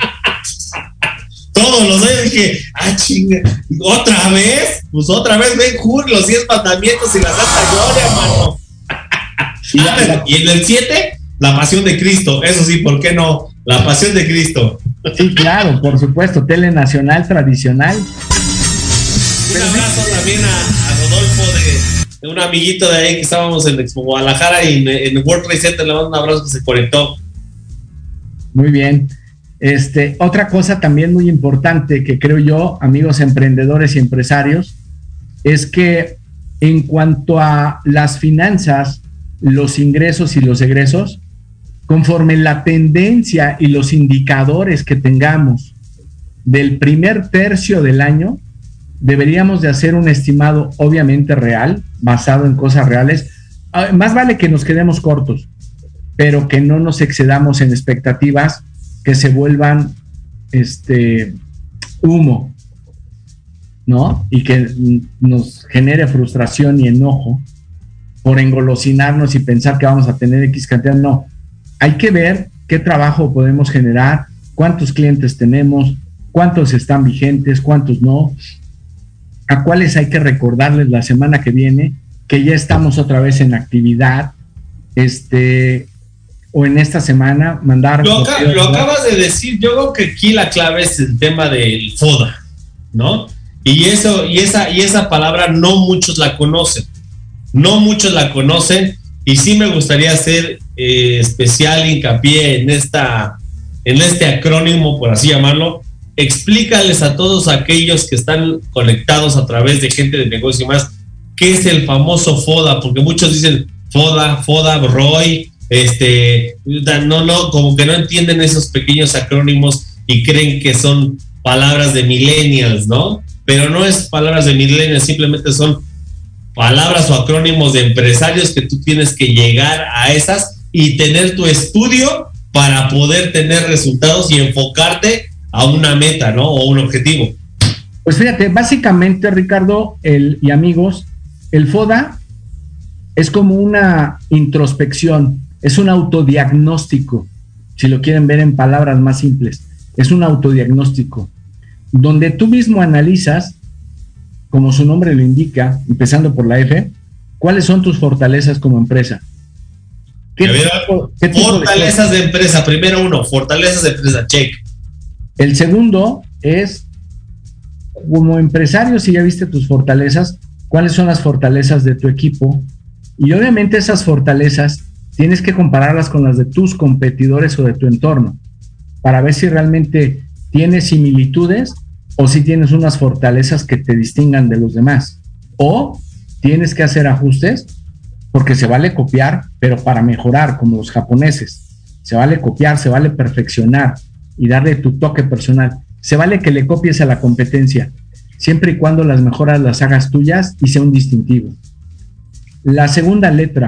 Todos los años dije, ah, chinga, ¿otra vez? Pues otra vez Ben-Hur, los diez mandamientos y la Santa Gloria, mano. Ah, y en el siete, la pasión de Cristo, eso sí, ¿por qué no? La pasión de Cristo. Sí, claro, por supuesto, tele nacional tradicional. Un abrazo también a, a Rodolfo, de, de un amiguito de ahí que estábamos en Expo Guadalajara y en, en el World Trade Center, le mando un abrazo que se conectó. Muy bien. Este, otra cosa también muy importante que creo yo, amigos emprendedores y empresarios, es que en cuanto a las finanzas, los ingresos y los egresos, conforme la tendencia y los indicadores que tengamos del primer tercio del año, deberíamos de hacer un estimado obviamente real, basado en cosas reales. Más vale que nos quedemos cortos, pero que no nos excedamos en expectativas que se vuelvan este humo, ¿no? Y que nos genere frustración y enojo por engolosinarnos y pensar que vamos a tener X cantidad. No, hay que ver qué trabajo podemos generar, cuántos clientes tenemos, cuántos están vigentes, cuántos no, a cuáles hay que recordarles la semana que viene que ya estamos otra vez en actividad, este, o en esta semana mandar... Lo, acá, lo acabas de decir, yo creo que aquí la clave es el tema del FODA, ¿no? Y eso, y esa, y esa palabra no muchos la conocen, no muchos la conocen, y sí me gustaría hacer eh, especial hincapié en esta, en este acrónimo, por así llamarlo. Explícales a todos aquellos que están conectados a través de Gente de Negocio y Más, qué es el famoso FODA, porque muchos dicen FODA, FODA, R O I, este, no, no, como que no entienden esos pequeños acrónimos y creen que son palabras de millennials, ¿no? Pero no es palabras de millennials, simplemente son palabras o acrónimos de empresarios que tú tienes que llegar a esas y tener tu estudio para poder tener resultados y enfocarte a una meta, ¿no? O un objetivo. Pues fíjate, básicamente, Ricardo el, y amigos, el FODA es como una introspección, es un autodiagnóstico, si lo quieren ver en palabras más simples, es un autodiagnóstico, donde tú mismo analizas, como su nombre lo indica, empezando por la F, cuáles son tus fortalezas como empresa. ¿Qué ver, tipo, ¿qué fortalezas de, de empresa? Primero uno, fortalezas de empresa, check. El segundo es, como empresario, si ya viste tus fortalezas, cuáles son las fortalezas de tu equipo, y obviamente esas fortalezas tienes que compararlas con las de tus competidores o de tu entorno, para ver si realmente tienes similitudes o si tienes unas fortalezas que te distingan de los demás, o tienes que hacer ajustes, porque se vale copiar, pero para mejorar, como los japoneses. Se vale copiar, se vale perfeccionar y darle tu toque personal. Se vale que le copies a la competencia, siempre y cuando las mejoras las hagas tuyas y sea un distintivo. La segunda letra,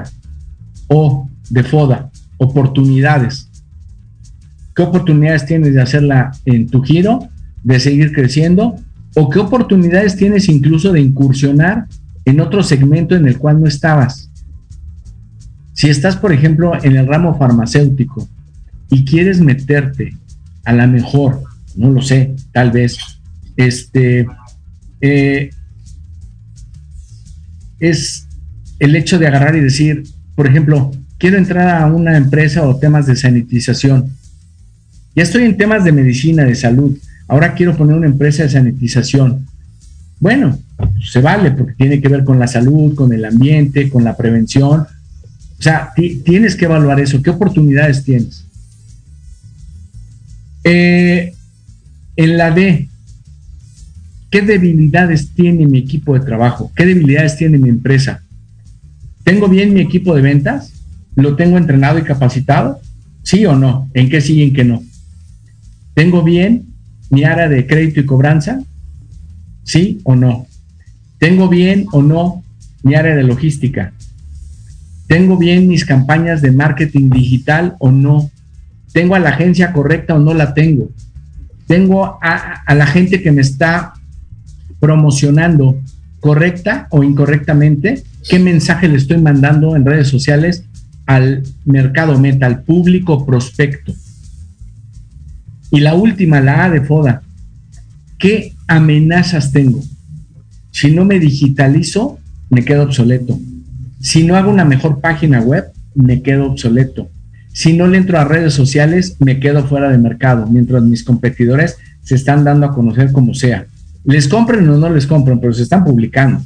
O, de FODA, oportunidades. ¿Qué oportunidades tienes de hacerla en tu giro, de seguir creciendo? ¿O qué oportunidades tienes incluso de incursionar en otro segmento en el cual no estabas? Si estás, por ejemplo, en el ramo farmacéutico y quieres meterte, a la mejor, no lo sé, tal vez, este, eh, es el hecho de agarrar y decir, por ejemplo, quiero entrar a una empresa o temas de sanitización. Ya estoy en temas de medicina, de salud. Ahora quiero poner una empresa de sanitización. Bueno, pues se vale porque tiene que ver con la salud, con el ambiente, con la prevención. O sea, t- tienes que evaluar eso. ¿Qué oportunidades tienes? Eh, en la D, ¿qué debilidades tiene mi equipo de trabajo? ¿Qué debilidades tiene mi empresa? ¿Tengo bien mi equipo de ventas? ¿Lo tengo entrenado y capacitado? ¿Sí o no? ¿En qué sí y en qué no? ¿Tengo bien mi área de crédito y cobranza? ¿Sí o no? ¿Tengo bien o no mi área de logística? ¿Tengo bien mis campañas de marketing digital o no? ¿Tengo a la agencia correcta o no la tengo? ¿Tengo a, a la gente que me está promocionando correcta o incorrectamente? ¿Qué mensaje le estoy mandando en redes sociales al mercado meta, al público prospecto? Y la última, la A de FODA. ¿Qué amenazas tengo? Si no me digitalizo, me quedo obsoleto. Si no hago una mejor página web, me quedo obsoleto. Si no le entro a redes sociales, me quedo fuera de mercado, mientras mis competidores se están dando a conocer como sea. Les compren o no les compren, pero se están publicando.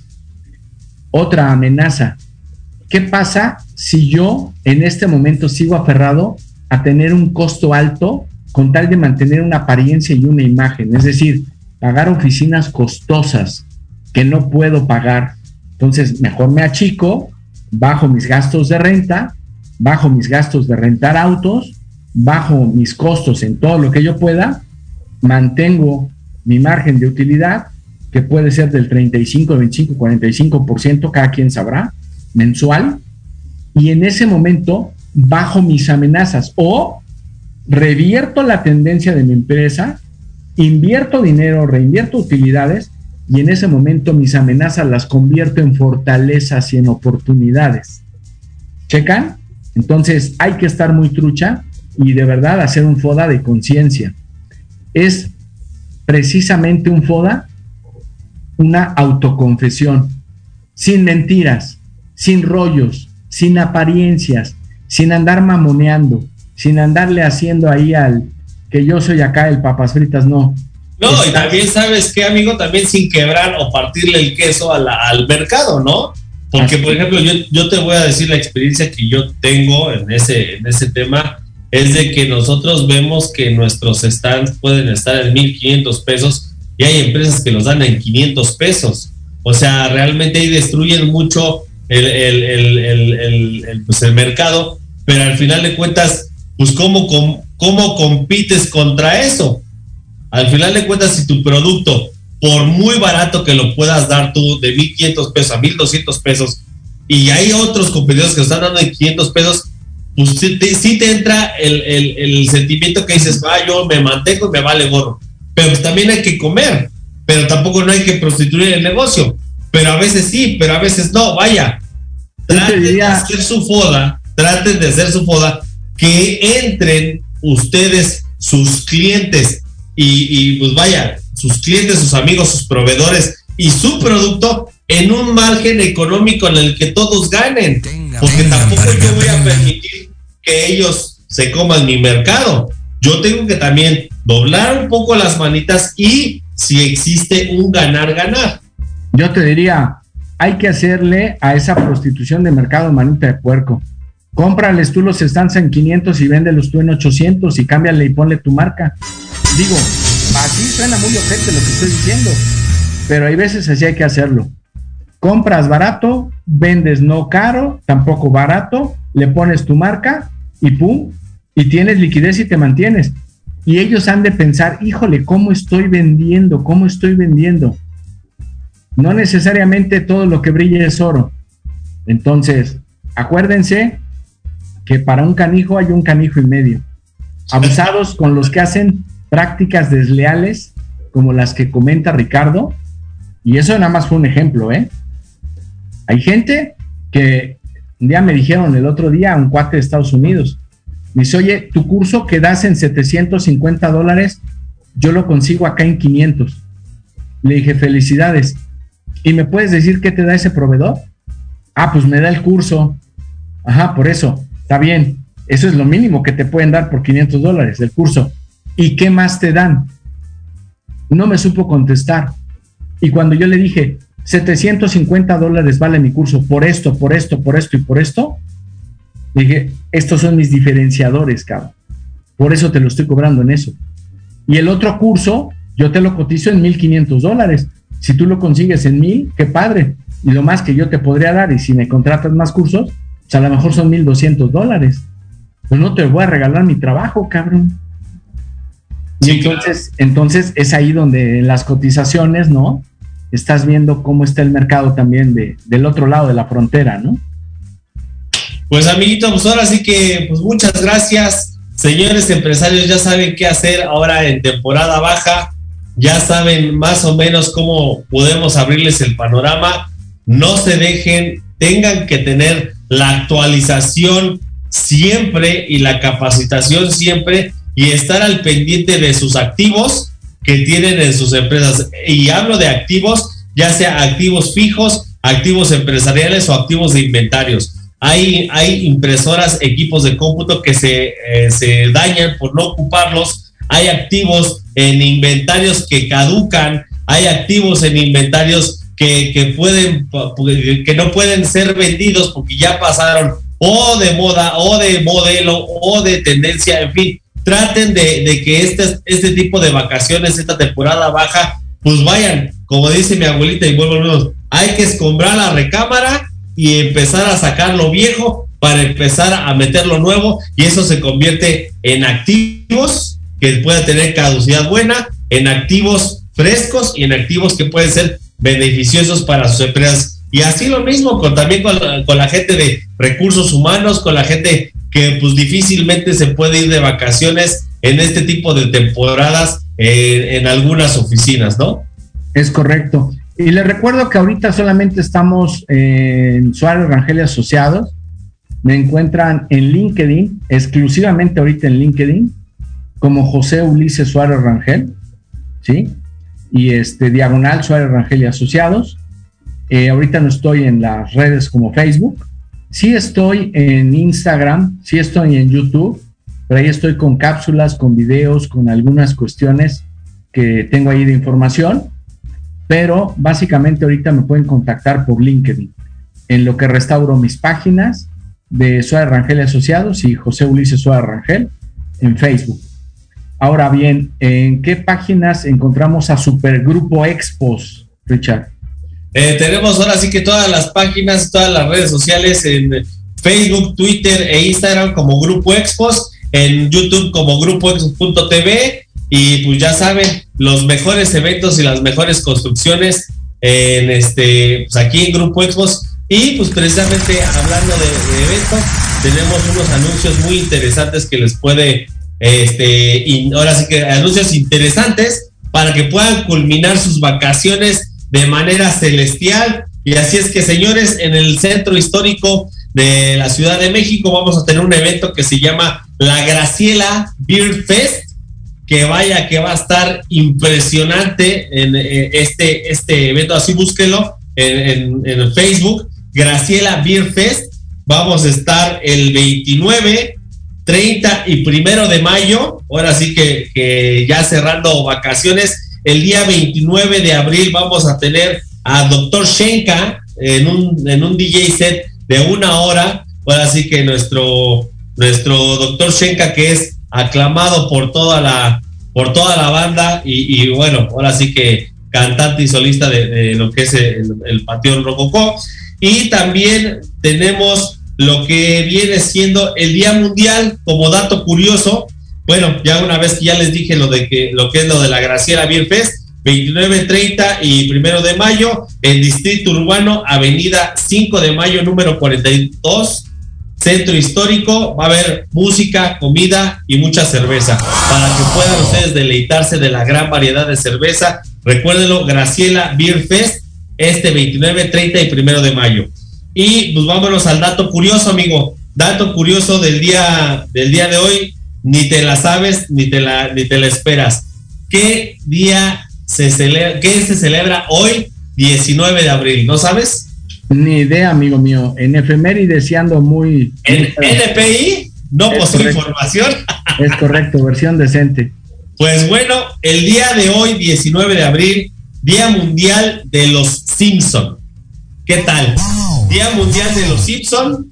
Otra amenaza. ¿Qué pasa si yo en este momento sigo aferrado a tener un costo alto con tal de mantener una apariencia y una imagen? Es decir, pagar oficinas costosas que no puedo pagar. Entonces, mejor me achico, bajo mis gastos de renta, bajo mis gastos de rentar autos, bajo mis costos en todo lo que yo pueda, mantengo mi margen de utilidad, que puede ser del treinta y cinco, veinticinco, cuarenta y cinco por ciento, cada quien sabrá, mensual, y en ese momento bajo mis amenazas o revierto la tendencia de mi empresa, invierto dinero, reinvierto utilidades, y en ese momento mis amenazas las convierto en fortalezas y en oportunidades. ¿Checan? Entonces hay que estar muy trucha y de verdad hacer un FODA de conciencia. Es precisamente un FODA, una autoconfesión, sin mentiras, sin rollos, sin apariencias, sin andar mamoneando, sin andarle haciendo ahí al que yo soy acá el papas fritas, no. No, y también, ¿sabes qué, amigo? También sin quebrar o partirle el queso a la, al mercado, ¿no? Porque, por ejemplo, yo, yo te voy a decir la experiencia que yo tengo en ese, en ese tema, es de que nosotros vemos que nuestros stands pueden estar en mil quinientos pesos y hay empresas que los dan en quinientos pesos. O sea, realmente ahí destruyen mucho el, el, el, el, el, el, pues el mercado, pero al final de cuentas, pues ¿cómo, cómo, cómo compites contra eso? Al final de cuentas, si tu producto, por muy barato que lo puedas dar tú, de mil quinientos pesos a mil doscientos pesos, y hay otros competidores que lo están dando en quinientos pesos, pues sí te, sí te entra el, el, el sentimiento que dices, ah, yo me mantengo y me vale gorro. Pero pues también hay que comer, pero tampoco no hay que prostituir el negocio. Pero a veces sí, pero a veces no, vaya. Traten de hacer su FODA, traten de hacer su FODA, que entren ustedes, sus clientes, y, y pues vaya, sus clientes, sus amigos, sus proveedores y su producto en un margen económico en el que todos ganen. Porque tampoco yo voy a permitir que ellos se coman mi mercado. Yo tengo que también doblar un poco las manitas y si existe un ganar-ganar. Yo te diría, hay que hacerle a esa prostitución de mercado manita de puerco. Cómprales tú los stands en quinientos y véndelos tú en ochocientos y cámbiale y ponle tu marca. Digo, así suena muy ojete lo que estoy diciendo, pero hay veces así hay que hacerlo. Compras barato, vendes no caro, tampoco barato, le pones tu marca y pum, y tienes liquidez y te mantienes. Y ellos han de pensar, híjole, ¿cómo estoy vendiendo? ¿Cómo estoy vendiendo? No necesariamente todo lo que brilla es oro. Entonces, acuérdense que para un canijo hay un canijo y medio. Abusados con los que hacen prácticas desleales como las que comenta Ricardo, y eso nada más fue un ejemplo, ¿eh? Hay gente que Un día me dijeron el otro día, un cuate de Estados Unidos, me dice, oye, tu curso que das en setecientos cincuenta dólares, yo lo consigo acá en quinientos. Le dije, felicidades. ¿Y me puedes decir qué te da ese proveedor? Ah, pues me da el curso. Ajá, por eso, está bien. Eso es lo mínimo que te pueden dar por quinientos dólares, el curso. ¿Y qué más te dan? No me supo contestar. Y cuando yo le dije, setecientos cincuenta dólares vale mi curso por esto, por esto, por esto y por esto, le dije, estos son mis diferenciadores, cabrón. Por eso te lo estoy cobrando en eso. Y el otro curso, yo te lo cotizo en mil quinientos dólares. Si tú lo consigues en mil, qué padre. Y lo más que yo te podría dar, y si me contratas más cursos, pues a lo mejor son mil doscientos dólares. Pues no te voy a regalar mi trabajo, cabrón. Y sí, entonces, claro. entonces es ahí donde en las cotizaciones, ¿no? Estás viendo cómo está el mercado también de, del otro lado de la frontera, ¿no? Pues amiguito, pues ahora sí que pues muchas gracias. Señores empresarios, ya saben qué hacer ahora en temporada baja, ya saben más o menos cómo podemos abrirles el panorama. No se dejen, tengan que tener la actualización siempre y la capacitación siempre y estar al pendiente de sus activos que tienen en sus empresas. Y hablo de activos, ya sea activos fijos, activos empresariales o activos de inventarios. Hay, hay impresoras, equipos de cómputo que se, eh, se dañan por no ocuparlos. Hay activos en inventarios que caducan. Hay activos en inventarios que, que, pueden, que no pueden ser vendidos porque ya pasaron o de moda, o de modelo, o de tendencia, en fin. Traten de, de que este, este tipo de vacaciones, esta temporada baja, pues vayan, como dice mi abuelita, y vuelvo a ver, hay que escombrar la recámara y empezar a sacar lo viejo para empezar a meter lo nuevo, y eso se convierte en activos que puedan tener caducidad buena, en activos frescos y en activos que pueden ser beneficiosos para sus empresas. Y así lo mismo con, también con la, con la gente de recursos humanos, con la gente que pues difícilmente se puede ir de vacaciones en este tipo de temporadas eh, en algunas oficinas, ¿no? Es correcto. Y les recuerdo que ahorita solamente estamos en Suárez Rangel y Asociados. Me encuentran en LinkedIn, exclusivamente ahorita en LinkedIn, como José Ulises Suárez Rangel, ¿sí? Y este, diagonal Suárez Rangel y Asociados. Eh, ahorita no estoy en las redes como Facebook. Sí estoy en Instagram, sí estoy en YouTube, pero ahí estoy con cápsulas, con videos, con algunas cuestiones que tengo ahí de información. Pero básicamente ahorita me pueden contactar por LinkedIn, en lo que restauro mis páginas de Suárez Rangel y Asociados y José Ulises Suárez Rangel en Facebook. Ahora bien, ¿en qué páginas encontramos a Supergrupo Expos, Richard? Eh, tenemos ahora sí que todas las páginas, todas las redes sociales en Facebook, Twitter e Instagram como Grupo Expos, en YouTube como grupo expos punto t v. Y pues ya saben, los mejores eventos y las mejores construcciones en este, pues aquí en Grupo Expos. Y pues precisamente hablando de, de eventos, tenemos unos anuncios muy interesantes que les puede, este, y ahora sí que anuncios interesantes para que puedan culminar sus vacaciones de manera celestial. Y así es que, señores, en el centro histórico de la Ciudad de México vamos a tener un evento que se llama La Graciela Beer Fest, que vaya que va a estar impresionante en eh, este, este evento. Así búsquenlo en, en, en Facebook, Graciela Beer Fest. Vamos a estar el veintinueve, treinta y primero de mayo, ahora sí que, que ya cerrando vacaciones. El día veintinueve de abril vamos a tener a doctor Shenka en un, en un D J set de una hora. Ahora sí que nuestro, nuestro doctor Shenka, que es aclamado por toda la, por toda la banda y, y bueno, ahora sí que cantante y solista de, de lo que es el, el Panteón Rococó. Y también tenemos lo que viene siendo el Día Mundial, como dato curioso. Bueno, ya una vez que ya les dije lo de que lo que es lo de la Graciela Beer Fest, veintinueve, treinta y primero de mayo, en Distrito Urbano, Avenida cinco de mayo, número cuarenta y dos, Centro Histórico. Va a haber música, comida y mucha cerveza para que puedan ustedes deleitarse de la gran variedad de cerveza. Recuérdenlo, Graciela Beer Fest, este veintinueve, treinta y primero de mayo. Y pues vámonos al dato curioso, amigo. Dato curioso del día, del día de hoy. Ni te la sabes, ni te la, ni te la esperas. ¿Qué día se celebra, qué se celebra hoy, diecinueve de abril? ¿No sabes? Ni idea, amigo mío. En efemérides sí ando muy... ¿En N P I? No posee información. Es correcto, versión decente. Pues bueno, el día de hoy, diecinueve de abril, Día Mundial de los Simpson. ¿Qué tal? Día Mundial de los Simpson.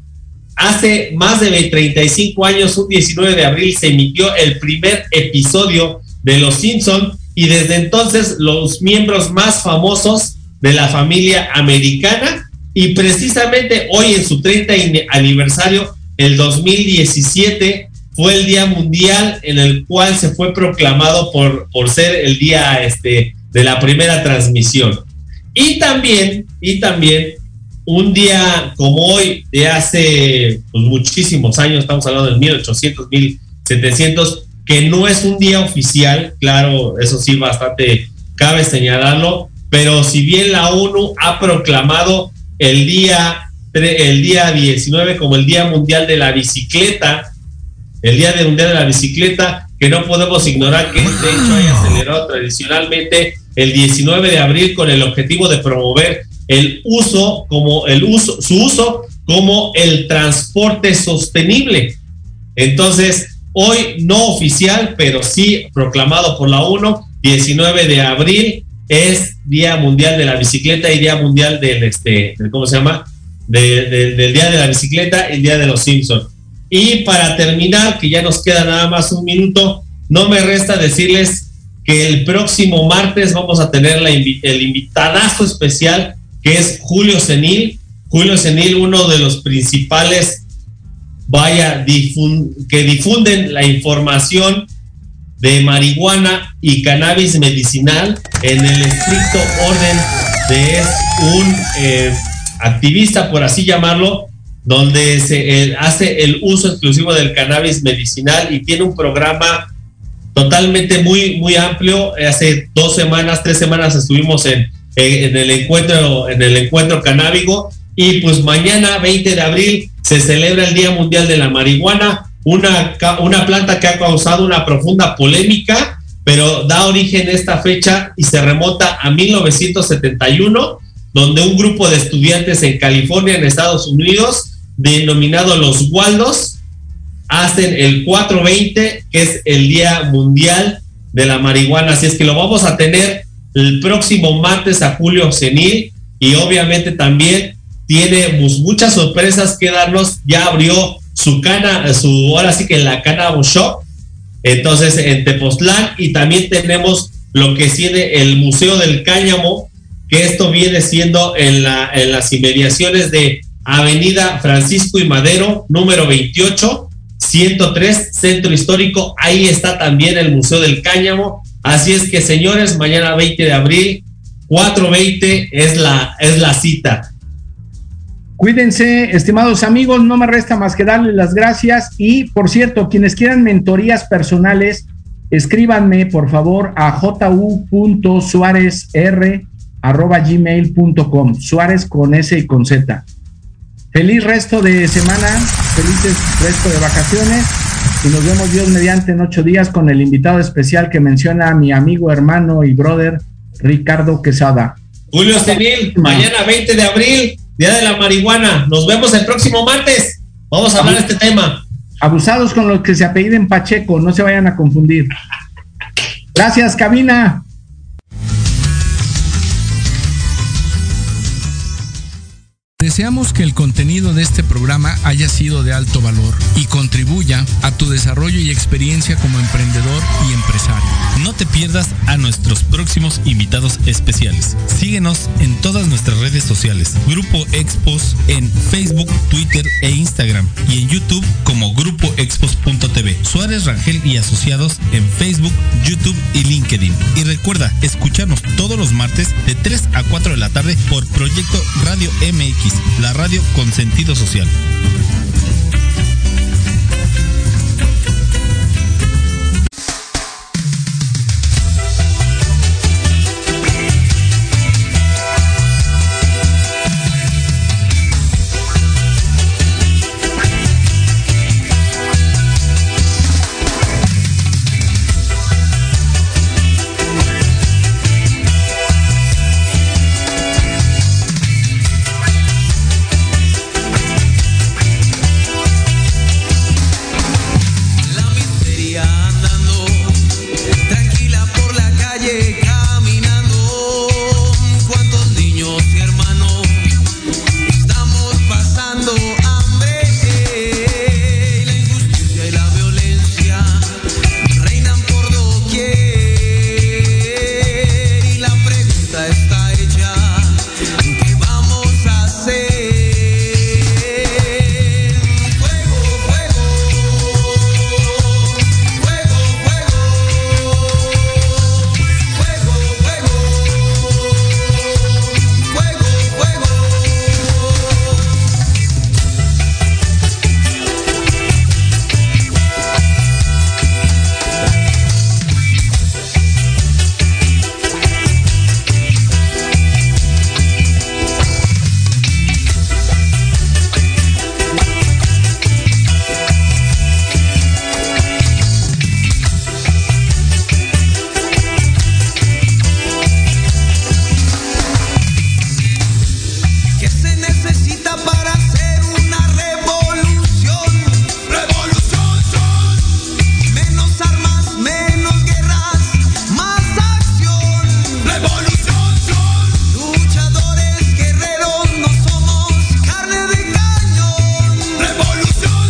Hace más de treinta y cinco años, un diecinueve de abril, se emitió el primer episodio de Los Simpson y desde entonces los miembros más famosos de la familia americana, y precisamente hoy en su treinta aniversario, el dos mil diecisiete, fue el Día Mundial en el cual se fue proclamado por, por ser el día este, de la primera transmisión. Y también, y también un día como hoy, de hace pues, muchísimos años, estamos hablando del mil ochocientos, mil setecientos, que no es un día oficial, claro, eso sí, bastante cabe señalarlo, pero si bien la ONU ha proclamado el día, el día diecinueve como el Día Mundial de la Bicicleta, el Día Mundial de la Bicicleta, que no podemos ignorar que este hecho haya celebrado tradicionalmente el diecinueve de abril con el objetivo de promover el uso como el uso su uso como el transporte sostenible. Entonces, hoy no oficial, pero sí proclamado por la ONU, diecinueve de abril es Día Mundial de la Bicicleta y Día Mundial del este, ¿cómo se llama? De, de, del Día de la Bicicleta y el Día de los Simpsons. Y para terminar, que ya nos queda nada más un minuto, no me resta decirles que el próximo martes vamos a tener la, el invitadazo especial, que es Julio Senil. Julio Senil, uno de los principales, vaya, difun, que difunden la información de marihuana y cannabis medicinal en el estricto orden de es un eh, activista, por así llamarlo, donde se eh, hace el uso exclusivo del cannabis medicinal y tiene un programa totalmente muy, muy amplio. Hace dos semanas, tres semanas estuvimos en en el encuentro, en el encuentro canábico, y pues mañana, veinte de abril, se celebra el Día Mundial de la Marihuana, una, una planta que ha causado una profunda polémica, pero da origen a esta fecha y se remonta a mil novecientos setenta y uno, donde un grupo de estudiantes en California, en Estados Unidos, denominado los Waldos, hacen el cuatro veinte, que es el Día Mundial de la Marihuana. Así es que lo vamos a tener el próximo martes a Julio Senil, y obviamente también tiene pues, muchas sorpresas que darnos. Ya abrió su cana, su ahora sí que la Cannabis Shop, entonces en Tepoztlán, y también tenemos lo que tiene el Museo del Cáñamo, que esto viene siendo en, la, en las inmediaciones de Avenida Francisco y Madero, número veintiocho, ciento tres, Centro Histórico. Ahí está también el Museo del Cáñamo. Así es que, señores, mañana veinte de abril, cuatro veinte es la, es la cita. Cuídense, estimados amigos, no me resta más que darles las gracias. Y, por cierto, quienes quieran mentorías personales, escríbanme, por favor, a ju punto suárez r arroba gmail punto com, Suárez con S y con Z. Feliz resto de semana, felices resto de vacaciones, y nos vemos Dios mediante en ocho días con el invitado especial que menciona a mi amigo, hermano y brother Ricardo Quesada. Julio Senil, mañana veinte de abril, Día de la Marihuana. Nos vemos el próximo martes. Vamos a hablar de este tema. Abusados con los que se apelliden Pacheco, no se vayan a confundir. Gracias, cabina. Deseamos que el contenido de este programa haya sido de alto valor y contribuya a tu desarrollo y experiencia como emprendedor y empresario. No te pierdas a nuestros próximos invitados especiales. Síguenos en todas nuestras redes sociales. Grupo Expos en Facebook, Twitter e Instagram, y en YouTube como Grupo Expos punto t v. Suárez Rangel y Asociados en Facebook, YouTube y LinkedIn. Y recuerda escucharnos todos los martes de tres a cuatro de la tarde por Proyecto Radio M X, la radio con sentido social.